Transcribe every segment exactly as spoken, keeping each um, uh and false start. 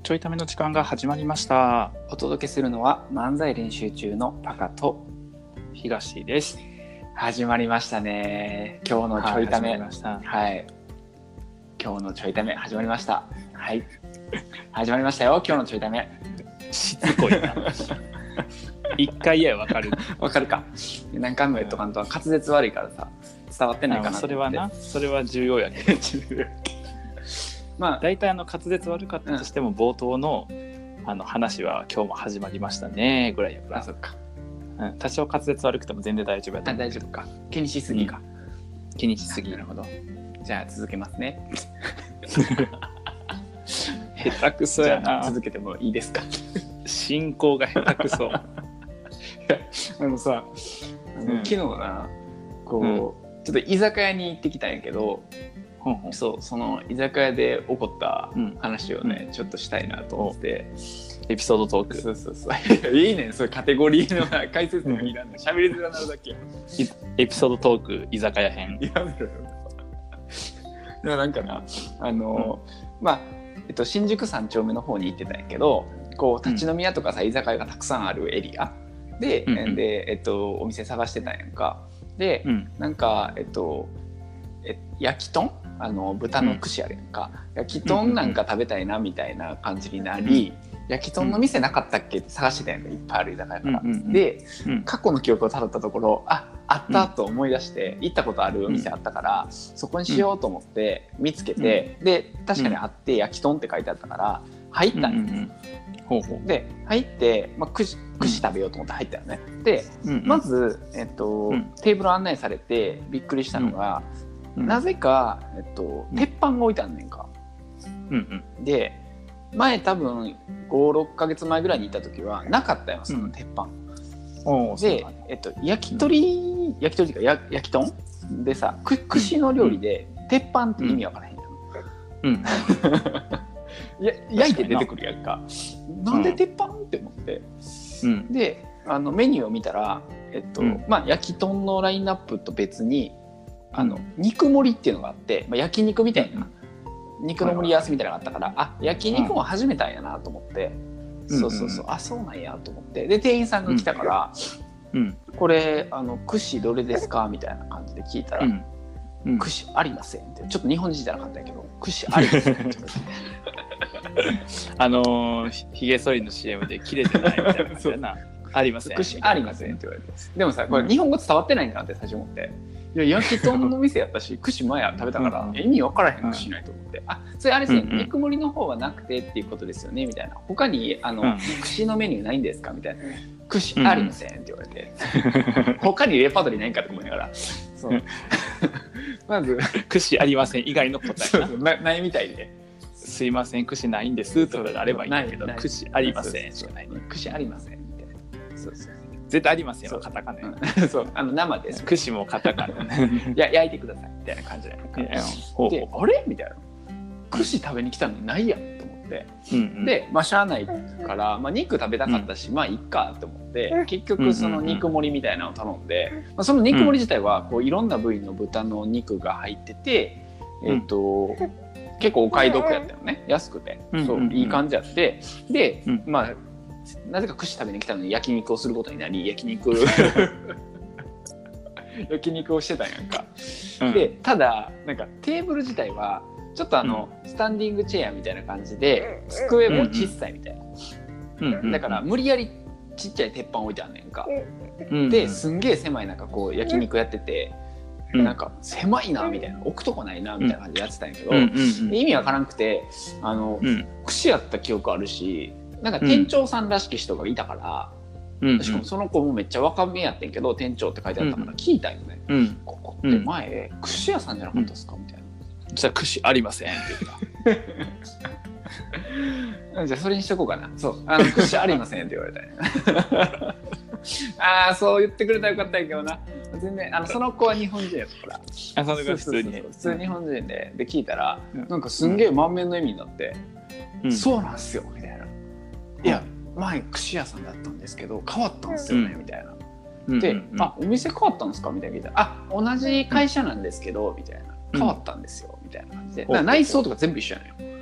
ちょいための時間が始まりました。 お届けするのは漫才練習中のパカと東です。 始まりましたね。今日のちょいため、 はい、始まりました。 はい、今日のちょいため始まりました。はい始まりましたよ。今日のちょいためしつこいな一回やわかるわかるか。何回も言っとかんと滑舌悪いからさ伝わってないかなと思って。 それはなそれは重要やけどまあ大体あの滑舌悪かったとしても、うん、冒頭のあの話は今日も始まりましたねぐらいやから。 あ、そっか、 うん、多少滑舌悪くても全然大丈夫やと思う。 あ、大丈夫か。気にしすぎか、 うん、気にしすぎ。 なるほど。じゃあ続けますね下手くそやな。 続けてもいいですか進行が下手くそあのさあの、うん、昨日なこう、うん、ちょっと居酒屋に行ってきたんやけど、うんうん、そうその居酒屋で起こった話をね、うん、ちょっとしたいなと思って、 エピソードトーク。 そうそうそういいね、そういうカテゴリーの解説もいらんの。喋りづらなるだけ。 エピソードトーク居酒屋編。 やめろよ。でもなんかなあの、うん、まあえっと新宿三丁目の方に行ってたんやけど、こう立ち飲み屋とかさ、うん、居酒屋がたくさんあるエリアで、うんうん、でえっとお店探してたんやんか。で、うん、なんかえっとえ焼き豚あの豚の串あるやんか、うん、焼き豚なんか食べたいなみたいな感じになり、うん、焼き豚の店なかったっけって探してたんやんか、いっぱいある居酒屋から、うんうん、で、うん、過去の記憶をたどったところ、ああったと思い出して、うん、行ったことあるお店あったから、うん、そこにしようと思って見つけて、うん、で確かにあって焼き豚って書いてあったから入ったんや、うんうん、ほうほう。で入って、まあ、串, 串食べようと思って入ったよね。で、うんうん、まず、えっとうん、テーブル案内されてびっくりしたのが、うん、なぜか、えっと、鉄板が置いてあんねんか、うんうん、で前多分ごろっかげつまえぐらいに行った時はなかったよその鉄板、うん、で、えっと、焼き鳥、うん、焼き鳥というか焼き豚でさ、串の料理で、うん、鉄板って意味わからへんやん、うんや焼いて出てくるやんか。なんで鉄板って思って、うん、であのメニューを見たら、えっとうんまあ、焼き豚のラインナップと別にあの、うん、肉盛りっていうのがあって、まあ、焼肉みたいな、うん、肉の盛り合わせみたいなのがあったから、はいはい、あ焼肉も始めたんやなと思って、うん、そうそうそう、あそうなんやと思って、で店員さんが来たから、うん、これあの串どれですかみたいな感じで聞いたら、うんうん、串ありませんって、ちょっと日本人じゃなかったんやけど串ありませんってあのー、ひげ剃りの シーエム で切れてないみたいな感じでなありません串ありませんって言われて、でもさこれ日本語伝わってないんだなって最初思って、いや焼き豚の店やったし串前食べたから、うん、意味分からへん串ないと思って、うん、あそれあれですね、うんうん、肉盛りの方はなくてっていうことですよねみたいな、他にあの、うん、串のメニューないんですかみたいな、串ありませんって言われて、うん、他にレパートリーないんかと思いながらそうまず串ありません以外の答えなそうそうなないみたいで、 すいません串ないんですとかがあればいいんだけど、串ありませんしかない、ね、 串ありませんみたいな、そうそう絶対ありませんよカタカナ、 うん、そうあの生です串もカタカナいや焼いてくださいみたいな感じで、であれみたいな、串食べに来たのにないやんと思って、うんうん、でまあしゃあないから、まあ、肉食べたかったし、うん、まあいっかと思って結局その肉盛りみたいなのを頼んで、まあ、その肉盛り自体はこういろんな部位の豚の肉が入ってて、えっと結構お買い得やったよね、安くて、うんうんうん、そういい感じやって、で、うん、まあなぜか串食べに来たのに焼肉をすることになり、焼肉焼肉をしてたんやんか、うん、でただなんかテーブル自体はちょっとあの、うん、スタンディングチェアみたいな感じで机も小さいみたいな、うんうん、だから無理やりちっちゃい鉄板置いてあんねんか、うんうん、ですんげえ狭い中こう焼肉やってて、うん、なんか狭いなみたいな、置くとこないなみたいな感じでやってたんやけど、うんうんうん、意味わからんくてあの、うん、串やった記憶あるし、なんか店長さんらしき人がいたから、うん、しかもその子もめっちゃ若めやってんけど店長って書いてあったから聞いたよね、うん、ここって前、うん、串屋さんじゃなかったですかみたいな、 じゃあ串ありませんって言ったじゃあそれにしとこうかな、そうあの串ありませんって言われたねああそう言ってくれたらよかったんやけどな、全然あのその子は日本人やったから、 あその子は普通にそうそうそう普通日本人でで聞いたら、うん、なんかすんげえ満面の笑みになって、うん、そうなんすよみたいな、いや前串屋さんだったんですけど変わったんですよね、うん、みたいなで、うんうんうん、あお店変わったんですかみたいな聞いたら、あ同じ会社なんですけど、うん、みたいな変わったんですよ、うん、みたいな感じで、だから内装とか全部一緒やのよ、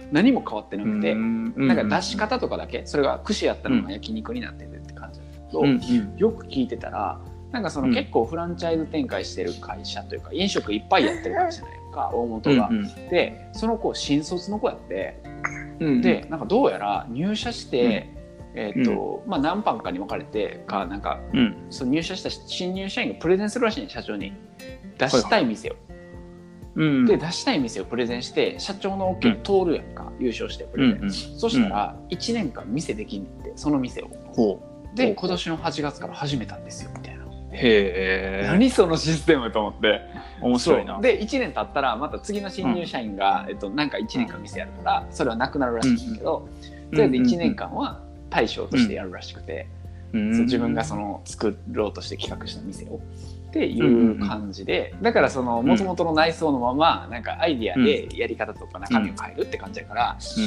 何も変わってなくて、 うんなんか出し方とかだけそれが串やったのが焼肉になっててって感じだけど、 うんうん、 よく聞いてたらなんかその結構フランチャイズ展開してる会社というか飲食いっぱいやってる会社じゃないか大本が、うんうん、でその子新卒の子やって、うんうん、でなんかどうやら入社して、うんえーとうんまあ、何班かに分かれてかなんか、うん、その入社した新入社員がプレゼンするらしいね社長に出したい店を、はいはいうん、で出したい店をプレゼンして社長の OK 通るやんか、うん、優勝してプレゼン、うんうん、そしたらいちねんかん店できんねんってその店を、うん、で今年のはちがつから始めたんですよみたいな。 へー何そのシステムと思って面白いな。 でいちねん経ったらまた次の新入社員が、うんえっと、なんかいちねんかん店やるからそれはなくなるらしいんだけど、うん、とりあえずいちねんかんは対象としてやるらしくて、うん、そう自分がその作ろうとして企画した店をっていう感じで、だからその元々の内装のままなんかアイディアでやり方とか中身を変えるって感じだから、うん、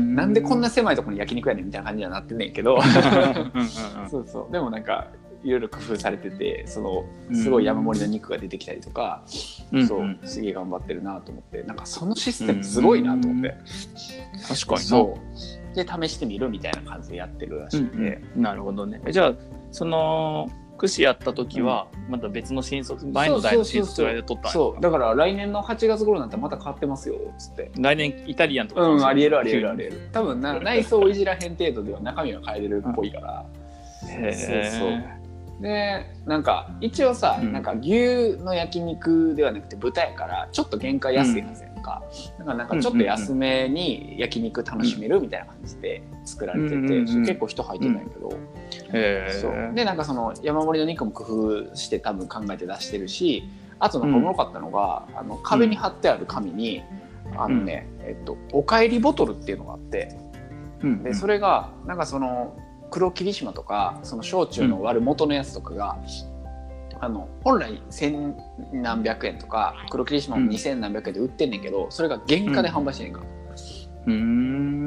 なんでこんな狭いところに焼肉やねんみたいな感じにはなってんねんけどそうそうでもなんかいろいろ工夫されててそのすごい山盛りの肉が出てきたりとか、うん、そうすげえ頑張ってるなと思ってなんかそのシステムすごいなと思って、 うん、確かにそうで試してみるみたいな感じでやってるらしくて、うんうん、なるほどね。じゃあその串やった時はまた別の新卒、うん、前の代の新卒で取ったんや。 そうだから来年のはちがつ頃になったらまた変わってますよっつって来年イタリアンとかうんありえるありえるありえる多分な内装をいじらへん程度では中身は変えれるっぽいから、うん、へそうそうでなんか一応さ、うん、なんか牛の焼肉ではなくて豚やからちょっと原価安いはずやんか、うん、だからなんかちょっと安めに焼肉楽しめるみたいな感じで作られてて、うん、それ結構人入ってないけど、うん、へそうでなんかその山盛りの肉も工夫して多分考えて出してるしあとなんかおもろかったのが、うん、あの壁に貼ってある紙に、うん、あのね、えっと、おかえりボトルっていうのがあって、うん、でそれがなんかその黒霧島とかその焼酎の割る元のやつとかが、うん、あの本来千何百円とか黒霧島も二千何百円で売ってんねんけど、うん、それが原価で販売してんねんか、うん、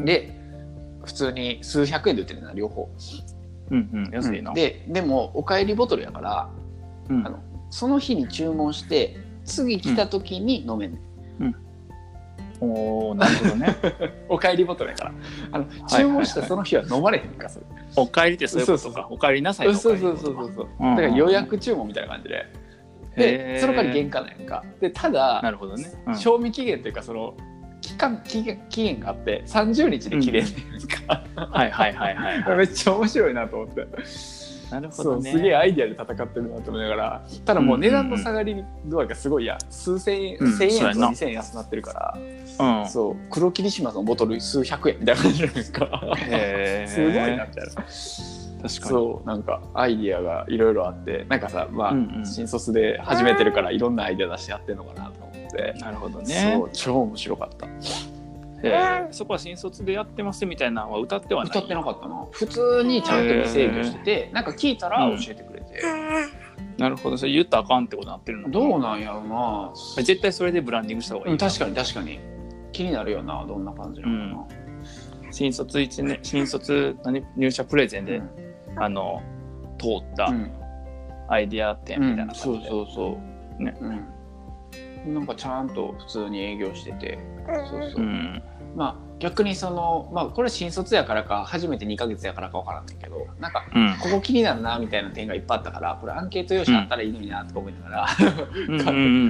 で普通に数百円で売ってるな両方、 うんうん、安いな、 うん、で, でもおかえりボトルやから、うん、あのその日に注文して次来た時に飲めんねん、うんおなるほどねおかえりボトルやからあの注文したその日は飲まれへんかそれおかえりってそういうことかそうそうそうおかえりなさいのおかえりそうそうそうそう、うん、だから予約注文みたいな感じででその代わり原価なんやんかでただなるほどね、うん、 賞味期限というかその期間期限期限があってさんじゅうにちで切れんねんか、 うん、はいはいはいはい、はい、 めっちゃ面白いなと思ってなるほどね、 そうすげえアイデアで戦ってるなと思いながらただもう値段の下がり度合いがすごいや数千円、うん、せんえんとかにせんえん安くなってるから、うん、そう黒霧島のボトル数百円みたいな感じじゃないですかへすごいなみたいな確かにそうなんかアイディアがいろいろあってなんかさ、まあうんうん、新卒で始めてるからいろんなアイデア出してやってるのかなと思ってなるほどねそう超面白かったえー、そこは新卒でやってますみたいなのは歌ってはない歌ってなかったな普通にちゃんと制御しててなんか聞いたら教えてくれて、 うん、なるほどそれ言ったらあかんってことになってるのどうなんやろな絶対それでブランディングした方がいい、 うん、確かに確かに気になるよなどんな感じなのかな、 うん、新卒いちねん新卒何入社プレゼンで、うん、あの通ったアイディア展みたいな感じで、 うん、そうそうそうね、うん、なんかちゃんと普通に営業しててそうそう、うんまあ、逆にその、まあ、これ新卒やからか初めてにかげつやからか分からんねんけどなんかここ気になるなみたいな点がいっぱいあったからこれアンケート用紙あったらいいのになとか思いながら、うん、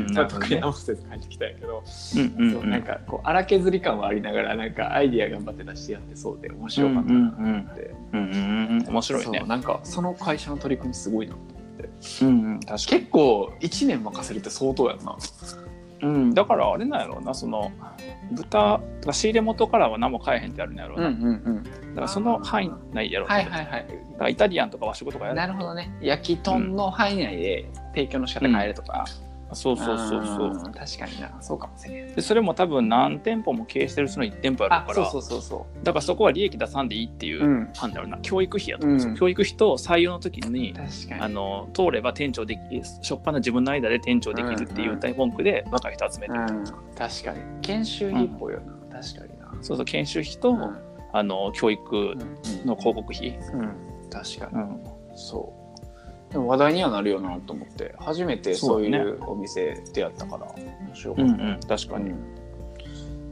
特に直せず帰ってきたんやけど、うんうんうん、そうなんかこう荒削り感はありながらなんかアイディア頑張って出してやってそうで面白かったなと思って、うんうんうん、面白いね。なんかその会社の取り組みすごいなと思って、うんうん、確かに結構いちねん任せるって相当やんな。 うん、だからあれなんやろうなその豚とか仕入れ元からは何も買えへんってあるんやろうな、うんうんうん、だからその範囲内やろう、はいはいはい、だからイタリアンとか和食とかやるなるほどね焼き豚の範囲内で提供の仕方変えるとか、 うん、そうそうそうそう確かになそうかもしれないでそれも多分何店舗も経営してるそのいち店舗あるからそうそうそうそうだからそこは利益出さんでいいっていう判断あるな、うん、教育費やと思うんですよ、うん、教育費と採用の時に確かにあの通れば店長できしょっぱな自分の間で店長できるっていう大文句で若い人集めてる、うんうん、 確かに研修費っぽいよな、うん、確かになそうそう研修費と、うん、あの教育の広告費、 うんうん、確かに、うん、そうでも話題にはなるよなと思って初めてそういうお店でやったから面白かった、うんうん、 確かに、うん、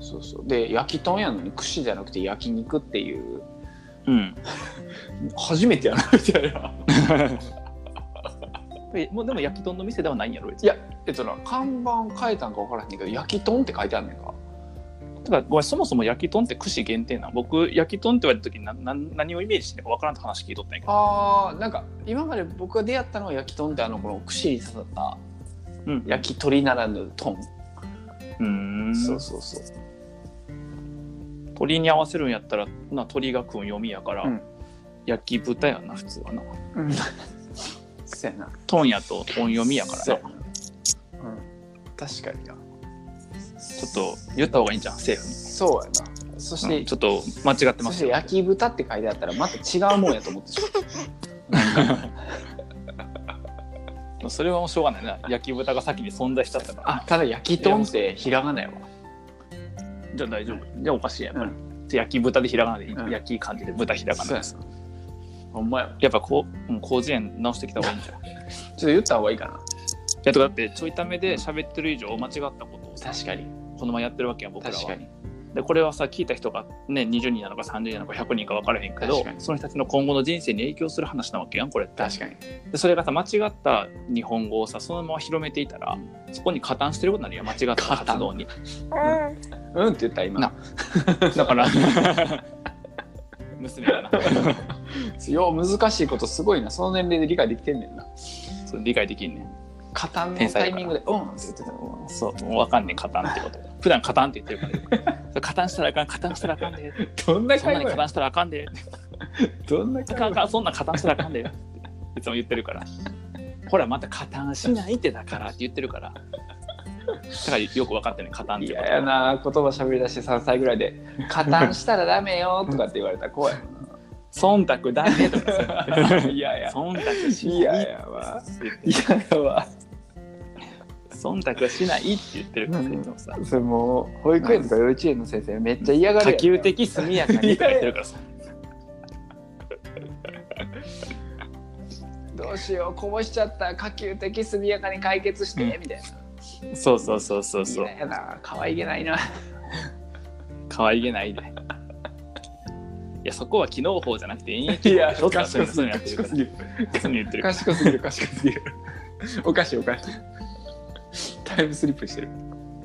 そうそうで焼き豚やのに串じゃなくて焼肉っていう、 うん、 初めてやなみたいなもうでも焼き豚の店ではないんやろ。 いやえっとな看板変えたんか分からへんけど焼き豚って書いてあるねんか。 だからごめんそもそも焼き豚って串限定な。僕焼き豚って言われた時になな何をイメージしてるか分からんって話聞いとったんやけど。 あーなんか今まで僕が出会ったのは焼き豚ってあのこの串に刺さった、うん、焼き鳥ならぬ豚。 うーんそうそうそう。 鳥に合わせるんやったらな鳥が食う読みやから、うん、焼き豚やな普通はな。うんそうやな。トンやとトン読みやからな。うん、 確かにな。 ちょっと言った方がいいんじゃん政府に。 そうやな。そして、 うん、ちょっと間違ってますよ。 そして焼き豚って書いてあったらまた違うもんやと思ってしまう。なんかそれはもうしょうがないな。焼き豚が先に存在しちゃったから。 あただ焼き豚ってひらがなやわ。 じゃあ大丈夫。じゃあおかしいやん。うん、焼き豚でひらがなで、うん、焼き漢字で豚ひらがなです。ほんまや。やっぱこう、うん、広辞苑直してきた方がいいんじゃん。ちょっと言った方がいいかな。いやだってちょいためで喋ってる以上間違ったことを確かにこのままやってるわけやん僕らは。 確かに。 でこれはさ聞いた人がねにじゅうにんなのかさんじゅうにんなのかひゃくにんか分からへんけどその人たちの今後の人生に影響する話なわけやんこれって。 確かに。 でそれがさ間違った日本語をさそのまま広めていたら、うん、そこに加担してることになるよ間違った活動に。 うん、うんって言った今なだから娘だなよ難しいことすごいな。その年齢で理解できてんねんな。 そう理解できんねん。 加担のタイミングでうんって言ってたの。そうもう分かんねん加担ってこと普段加担って言ってるから加担したらあかん加担したらあかんでどんな会話そんなに加担したらあかんでどんな会話そんな加担したらあかんでいつも言ってるからほらまた加担しないってだからって言ってるからだからよく分かってね加担ってこと。 いややな言葉喋り出してさんさいぐらいで加担したらダメよとかって言われたら怖いもんな。 忖度ダメとかいやいや忖度しないいやいやわいややわ忖度はしないって言ってるから、うん、さそれもう保育園とか幼稚園の先生めっちゃ嫌がるやん。 可及的速やかに言ってるからさどうしようこぼしちゃった可及的速やかに解決して、うん、みたいな。そうそうそうそうそう。 嫌やな可愛げないな可愛げないでいやそこは機能法じゃなくて演劇法とかそういうのやってるから賢すぎる賢すぎるおかしいおかしいタイムスリップしてる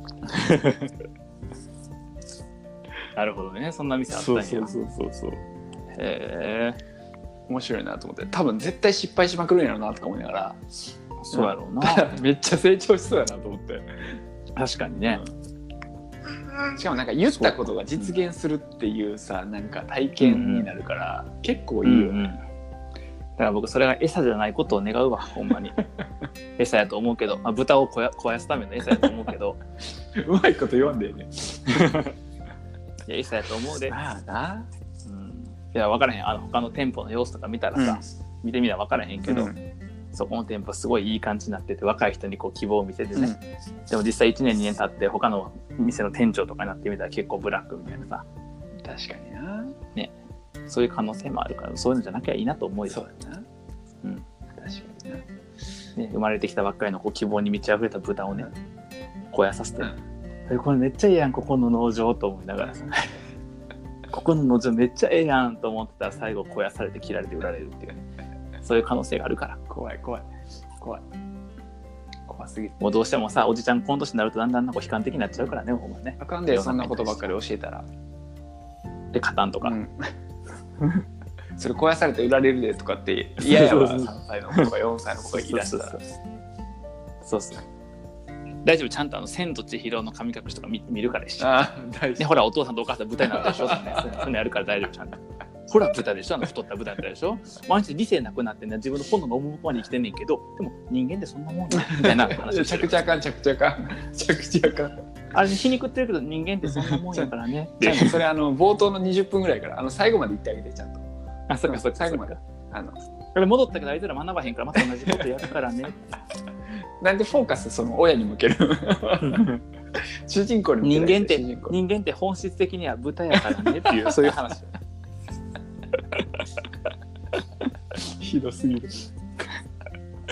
なるほどねそんな店あったんや。 そうそうそうそうへえ面白いなと思って多分絶対失敗しまくるんやろうなとか思いながらそうやろうなめっちゃ成長しそうやなと思って確かにね、 うん、しかもなんか言ったことが実現するっていうさなんか体験になるから、うん、結構いいよね、うんうん、だから僕それが餌じゃないことを願うわほんまに餌やと思うけど、まあ、豚を肥や、肥やすための餌やと思うけどうまいこと言わんでよねいや餌やと思うでまあな、 うん、いや分からへんあの他の店舗の様子とか見たらさ、うん、見てみたら分からへんけど、うん、そこの店舗すごいいい感じになってて若い人にこう希望を見せてね、うん、でも実際いちねんにねん経って他の店の店長とかになってみたら結構ブラックみたいなさ確かになねそういう可能性もあるからそういうのじゃなきゃいいなと思うよ。 そうだな、 うん、 確かにな、 ね、生まれてきたばっかりのこう希望に満ち溢れた豚をね肥やさせて、うん、これめっちゃいいやんここの農場と思いながらさここの農場めっちゃええやんと思ってたら最後肥やされて切られて売られるっていうねそういう可能性があるから怖い怖い怖い怖すぎる。 もうどうしてもさおじちゃんこの年になるとだんだんなんか悲観的になっちゃうからねほんまねあかんでそんなことばっかり教えたらで加担とか、うん、 それ肥やされて売られるでとかって嫌やわさんさいの子とかよんさいの子が言い出したらそうそう大丈夫ちゃんとあの千と千尋の神隠しとか 見, 見るから一緒あ大丈夫、 ね、ほらお父さんとお母さん豚になったでしょそういうのやるから大丈夫ちゃんとほら豚でしょあの太った豚だったでしょ毎日理性なくなってね自分の本能の赴くまで生きてんねんけどでも人間ってそんなもんねみたいな話をしてる着地あかん着地あかん着地あかんあれ皮肉ってるけど人間ってそんなもんやからねそれあの冒頭のにじゅっぷんぐらいからあの最後まで言ってあげてちゃんとあそうかそうか最後まであのこれ戻ったけどあいつら学ばへんからまた同じことやるからねなんでフォーカスその親に向ける主人公に向ける人間って人間って本質的には豚やからねっていうそういう話ひどすぎる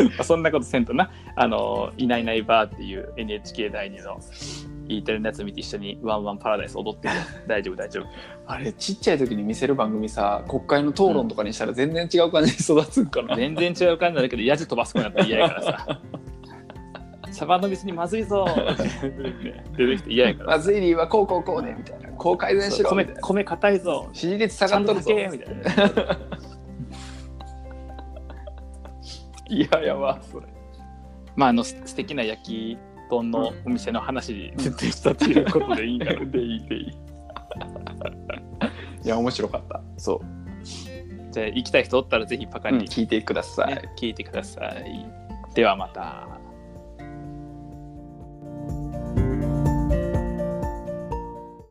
あそんなことせんとな、あのいないいないばーっていう エヌエイチケー 第二の E テレのやつ見て一緒にワンワンパラダイス踊ってる。大丈夫大丈夫。 あれちっちゃい時に見せる番組さ、国会の討論とかにしたら全然違う感じに育つんかな、 うん、全然違う感じなんだけど、ヤジ飛ばす子になったら嫌やからさ。サバの水にまずいぞ出てきて嫌やから。 まずい理由はこうこうこうねみたいな。こう改善しろみたいな。 米硬いぞ。 支持率下がっとるぞみたいな。 いややばそれ。 まああの素敵な焼き丼のお店の話でしたということでいいんだろう。 でいいでいい。いや面白かった。 そう。じゃあ行きたい人おったらぜひパカに、 うん、聞いてください、 ね、聞いてください。ではまた。